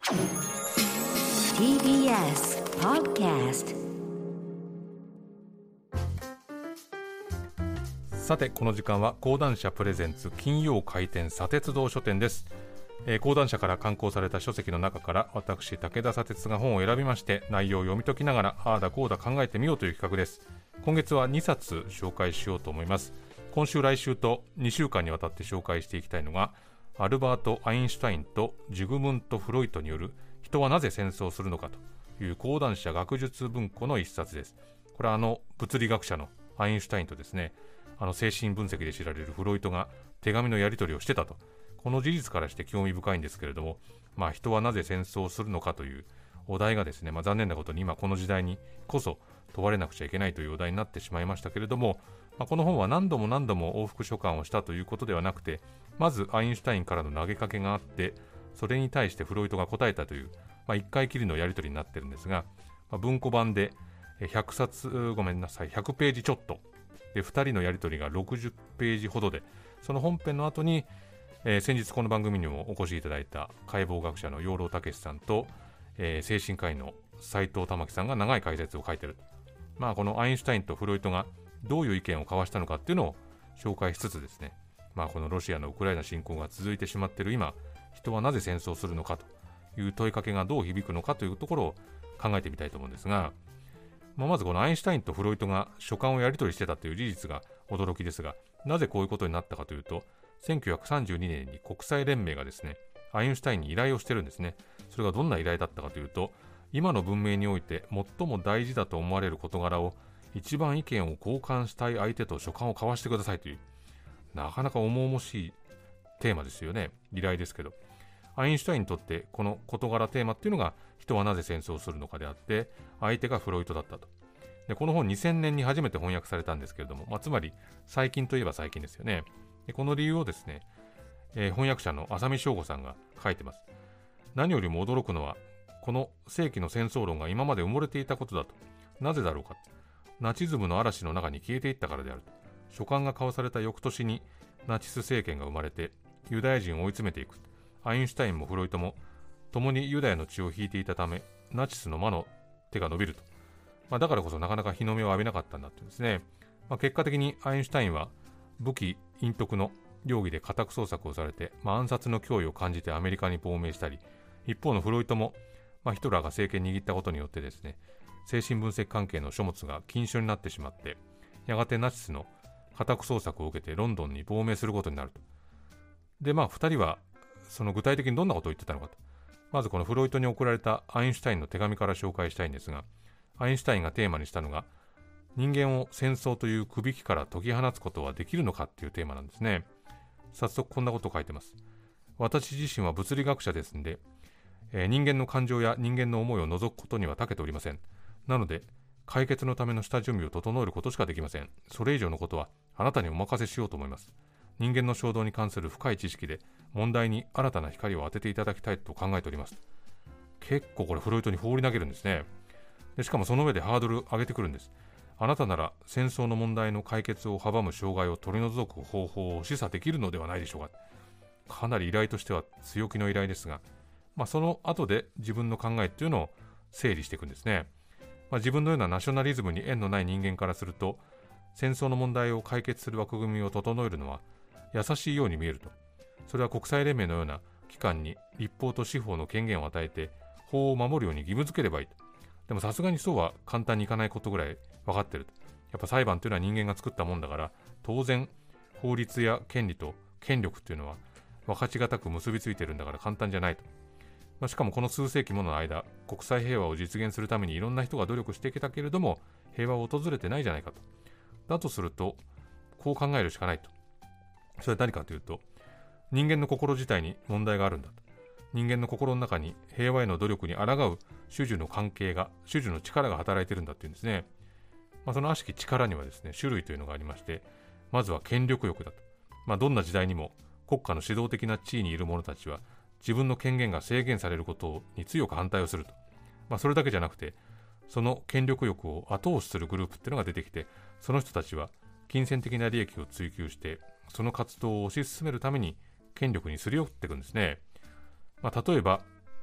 TBS Podcast。 さてこの時間は講談社プレゼンツ金曜開店砂鉄道書店です。講談社から刊行された書籍の中から私武田砂鉄が本を選びまして内容を読み解きながらああだこうだ考えてみようという企画です。今月は2冊紹介しようと思います。今週来週と2週間にわたって紹介していきたいのがアルバート・アインシュタインとジグムント・フロイトによる人はなぜ戦争をするのかという講談社学術文庫の一冊です。これは物理学者のアインシュタインとですね精神分析で知られるフロイトが手紙のやり取りをしてたと、この事実からして興味深いんですけれども、人はなぜ戦争をするのかというお題がですね、残念なことに今この時代にこそ問われなくちゃいけないというお題になってしまいましたけれども、この本は何度も往復書簡をしたということではなくて、まずアインシュタインからの投げかけがあって、それに対してフロイトが答えたという、1回きりのやり取りになってるんですが、文庫版で100ページちょっとで2人のやり取りが60ページほどで、その本編の後に、先日この番組にもお越しいただいた解剖学者の養老孟司さんと、精神科医の斉藤玉樹さんが長い解説を書いている。このアインシュタインとフロイトがどういう意見を交わしたのかっていうのを紹介しつつですね、このロシアのウクライナ侵攻が続いてしまっている今、人はなぜ戦争をするのかという問いかけがどう響くのかというところを考えてみたいと思うんですが、まずこのアインシュタインとフロイトが書簡をやり取りしてたという事実が驚きですが、なぜこういうことになったかというと、1932年に国際連盟がですねアインシュタインに依頼をしてるんですね。それがどんな依頼だったかというと、今の文明において最も大事だと思われる事柄を一番意見を交換したい相手と書簡を交わしてくださいという、なかなか重々しいテーマですよね。依頼ですけど、アインシュタインにとってこの事柄テーマっていうのが人はなぜ戦争をするのかであって、相手がフロイトだったと。でこの本2000年に初めて翻訳されたんですけれども、つまり最近といえば最近ですよね。でこの理由をですね、翻訳者の浅見翔吾さんが書いてます。何よりも驚くのはこの世紀の戦争論が今まで埋もれていたことだと。なぜだろうか。ナチズムの嵐の中に消えていったからであると。書簡が交わされた翌年にナチス政権が生まれてユダヤ人を追い詰めていく。アインシュタインもフロイトも共にユダヤの血を引いていたため、ナチスの魔の手が伸びると。だからこそなかなか日の目を浴びなかったんだってですね。結果的にアインシュタインは武器隠匿の容疑で家宅捜索をされて、暗殺の脅威を感じてアメリカに亡命したり、一方のフロイトも、ヒトラーが政権握ったことによってですね、精神分析関係の書物が禁書になってしまって、やがてナチスの家宅捜索を受けてロンドンに亡命することになると。で2人はその具体的にどんなことを言ってたのかと。まずこのフロイトに送られたアインシュタインの手紙から紹介したいんですが、アインシュタインがテーマにしたのが、人間を戦争というくびきから解き放つことはできるのかっていうテーマなんですね。早速こんなことを書いてます。私自身は物理学者ですんで、人間の感情や人間の思いを除くことには長けておりません。なので解決のための下準備を整えることしかできません。それ以上のことはあなたにお任せしようと思います。人間の衝動に関する深い知識で問題に新たな光を当てていただきたいと考えております。結構これフロイトに放り投げるんですね。でしかもその上でハードル上げてくるんです。あなたなら戦争の問題の解決を阻む障害を取り除く方法を示唆できるのではないでしょうか。かなり依頼としては強気の依頼ですが、その後で自分の考えっていうのを整理していくんですね。自分のようなナショナリズムに縁のない人間からすると、戦争の問題を解決する枠組みを整えるのは優しいように見えると。それは国際連盟のような機関に立法と司法の権限を与えて法を守るように義務付ければいいと。でもさすがにそうは簡単にいかないことぐらい分かってると。やっぱ裁判というのは人間が作ったもんだから、当然法律や権利と権力っていうのは分かちがたく結びついてるんだから簡単じゃないと。しかもこの数世紀もの間、国際平和を実現するためにいろんな人が努力してきたけれども、平和を訪れてないじゃないかと。だとするとこう考えるしかないと。それは何かというと、人間の心自体に問題があるんだと。人間の心の中に平和への努力に抗う種々の関係が、種々の力が働いているんだっていうんですね。その悪しき力にはですね、種類というのがありまして、まずは権力欲だと。どんな時代にも国家の指導的な地位にいる者たちは自分の権限が制限されることに強く反対をすると。それだけじゃなくて、その権力欲を後押しするグループっていうのが出てきて、その人たちは金銭的な利益を追求してその活動を推し進めるために権力にすり寄っていくんですね。例えば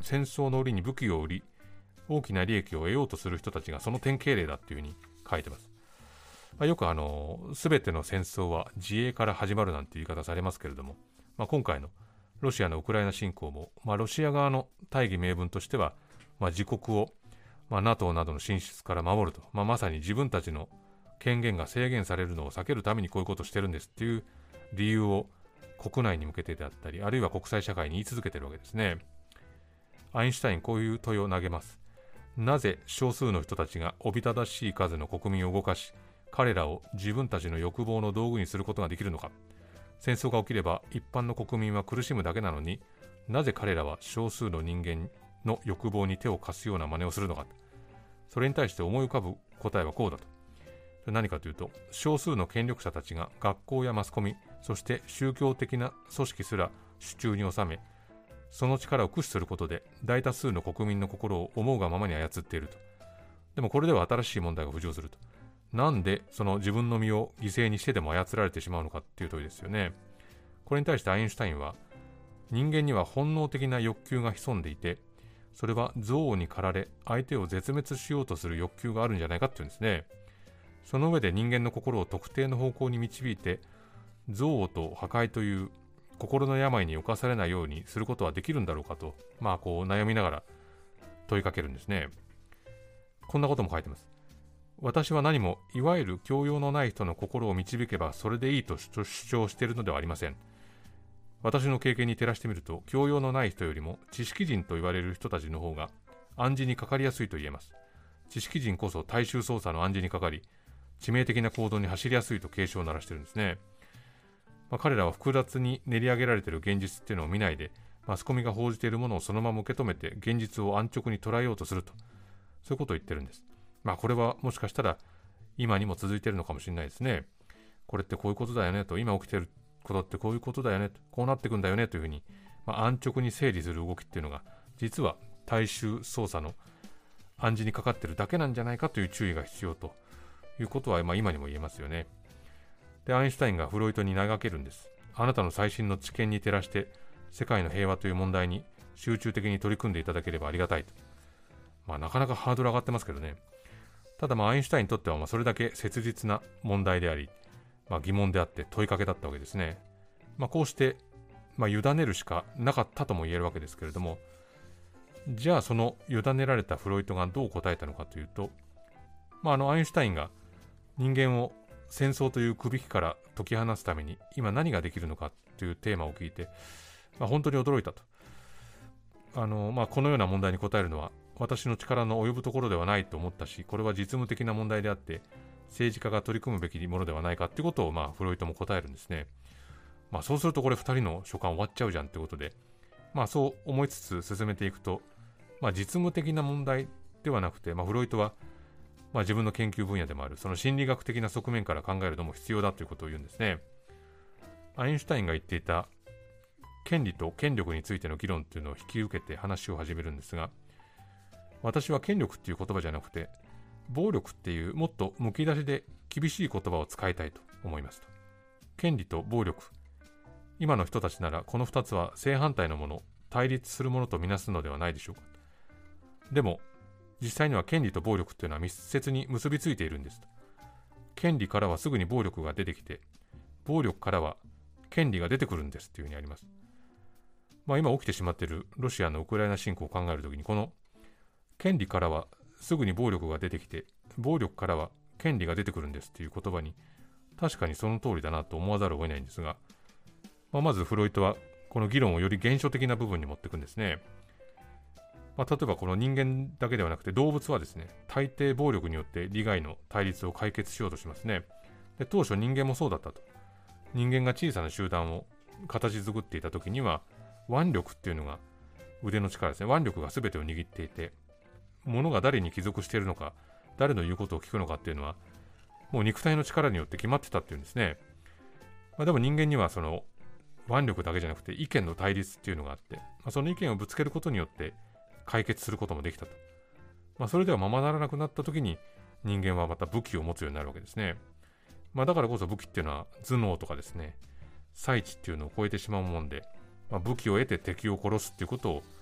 戦争の折に武器を売り大きな利益を得ようとする人たちがその典型例だっていうふうに書いてます。よく全ての戦争は自衛から始まるなんていう言い方されますけれども、今回のロシアのウクライナ侵攻も、ロシア側の大義名分としては、自国を、NATO などの進出から守ると、まさに自分たちの権限が制限されるのを避けるためにこういうことをしてるんですっていう理由を国内に向けてであったり、あるいは国際社会に言い続けているわけですね。アインシュタインこういう問いを投げます。なぜ少数の人たちがおびただしい数の国民を動かし、彼らを自分たちの欲望の道具にすることができるのか。戦争が起きれば一般の国民は苦しむだけなのに、なぜ彼らは少数の人間の欲望に手を貸すような真似をするのか。それに対して思い浮かぶ答えはこうだと。何かというと、少数の権力者たちが学校やマスコミ、そして宗教的な組織すら手中に収め、その力を駆使することで大多数の国民の心を思うがままに操っていると。でもこれでは新しい問題が浮上すると。なんでその自分の身を犠牲にしてでも操られてしまうのかっていう問いですよね。これに対してアインシュタインは、人間には本能的な欲求が潜んでいて、それは憎悪に駆られ相手を絶滅しようとする欲求があるんじゃないかっていうんですね。その上で人間の心を特定の方向に導いて、憎悪と破壊という心の病に侵されないようにすることはできるんだろうかと、こう悩みながら問いかけるんですね。こんなことも書いてます。私は何もいわゆる教養のない人の心を導けばそれでいいと主張しているのではありません。私の経験に照らしてみると、教養のない人よりも知識人と言われる人たちの方が暗示にかかりやすいと言えます。知識人こそ大衆操作の暗示にかかり、致命的な行動に走りやすいと警鐘を鳴らしているんですね。彼らは複雑に練り上げられている現実っていうのを見ないで、マスコミが報じているものをそのまま受け止めて現実を安直に捉えようとすると、そういうことを言ってるんです。これはもしかしたら今にも続いているのかもしれないですね。これってこういうことだよねと、今起きていることってこういうことだよねと、こうなっていくんだよねというふうに、安直に整理する動きっていうのが実は大衆操作の暗示にかかっているだけなんじゃないかという注意が必要ということは、今にも言えますよね。で、アインシュタインがフロイトに投げかけるんです。あなたの最新の知見に照らして世界の平和という問題に集中的に取り組んでいただければありがたいと。なかなかハードル上がってますけどね。ただアインシュタインにとってはそれだけ切実な問題であり、疑問であって問いかけだったわけですね。こうして委ねるしかなかったとも言えるわけですけれども、じゃあその委ねられたフロイトがどう答えたのかというと、アインシュタインが人間を戦争というくびきから解き放つために今何ができるのかというテーマを聞いて、本当に驚いたと。このような問題に答えるのは私の力の及ぶところではないと思ったし、これは実務的な問題であって政治家が取り組むべきものではないかということをフロイトも答えるんですね。そうするとこれ2人の書簡終わっちゃうじゃんということで、そう思いつつ進めていくと、実務的な問題ではなくて、フロイトは自分の研究分野でもあるその心理学的な側面から考えるのも必要だということを言うんですね。アインシュタインが言っていた権利と権力についての議論というのを引き受けて話を始めるんですが、私は権力っていう言葉じゃなくて暴力っていうもっとむき出しで厳しい言葉を使いたいと思いますと。権利と暴力、今の人たちならこの2つは正反対のもの、対立するものとみなすのではないでしょうか。でも実際には権利と暴力というのは密接に結びついているんですと。権利からはすぐに暴力が出てきて、暴力からは権利が出てくるんですというふうにあります。今起きてしまっているロシアのウクライナ侵攻を考えるときに、この権利からはすぐに暴力が出てきて、暴力からは権利が出てくるんですという言葉に確かにその通りだなと思わざるを得ないんですが、まずフロイトはこの議論をより現象的な部分に持っていくんですね。例えばこの人間だけではなくて動物はですね、大抵暴力によって利害の対立を解決しようとしますね。で、当初人間もそうだったと。人間が小さな集団を形作っていた時には腕力っていうのが腕の力ですね。腕力が全てを握っていて、物が誰に帰属しているのか、誰の言うことを聞くのかっていうのはもう肉体の力によって決まってたっていうんですね。でも人間にはその腕力だけじゃなくて意見の対立っていうのがあって、その意見をぶつけることによって解決することもできたと。それではままならなくなった時に人間はまた武器を持つようになるわけですね。だからこそ武器っていうのは頭脳とかですね、才知っていうのを超えてしまうもんで、武器を得て敵を殺すっていうことを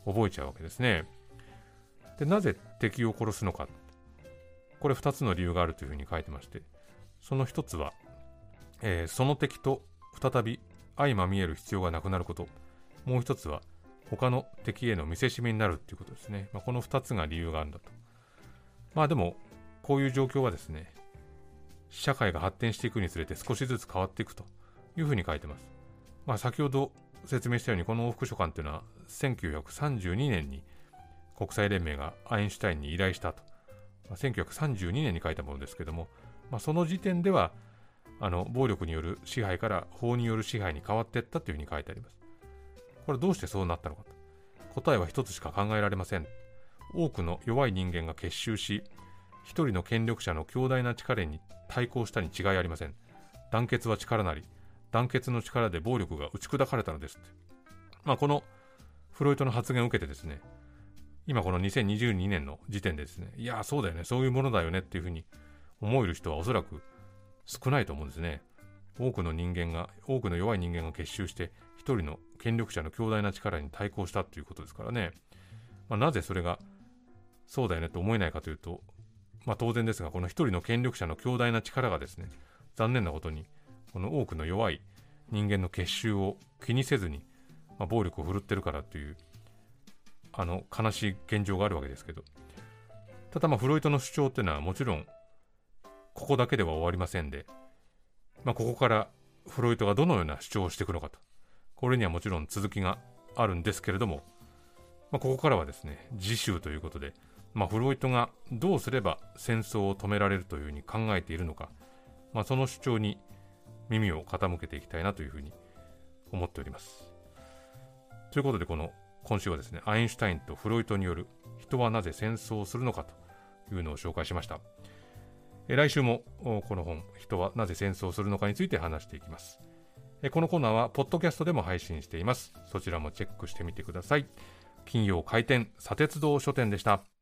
覚えちゃうわけですね。で、なぜ敵を殺すのか、これ2つの理由があるというふうに書いてまして、その1つは、その敵と再び相まみえる必要がなくなること、もう1つは他の敵への見せしめになるということですね。この2つが理由があるんだと。でもこういう状況はですね、社会が発展していくにつれて少しずつ変わっていくというふうに書いてます。先ほど説明したように、この往復書簡というのは1932年に国際連盟がアインシュタインに依頼したと、1932年に書いたものですけども、その時点では暴力による支配から法による支配に変わっていったというふうに書いてあります。これどうしてそうなったのかと。答えは一つしか考えられません。多くの弱い人間が結集し、一人の権力者の強大な力に対抗したに違いありません。団結は力なり、団結の力で暴力が打ち砕かれたのですって。このフロイトの発言を受けてですね、今この2022年の時点でですね、いやそうだよね、そういうものだよねっていうふうに思える人はおそらく少ないと思うんですね。多くの弱い人間が結集して一人の権力者の強大な力に対抗したということですからね。なぜそれがそうだよねと思えないかというと、当然ですが、この一人の権力者の強大な力がですね、残念なことにこの多くの弱い人間の結集を気にせずに、暴力を振るってるからという悲しい現状があるわけですけど、ただフロイトの主張っていうのはもちろんここだけでは終わりませんで、ここからフロイトがどのような主張をしていくのかと、これにはもちろん続きがあるんですけれども、ここからはですね、次週ということで、フロイトがどうすれば戦争を止められるというふうに考えているのか、その主張に耳を傾けていきたいなというふうに思っております。ということで、今週はですね、アインシュタインとフロイトによる人はなぜ戦争をするのかというのを紹介しました。来週もこの本、人はなぜ戦争をするのかについて話していきます。このコーナーはポッドキャストでも配信しています。そちらもチェックしてみてください。金曜開店、砂鉄道書店でした。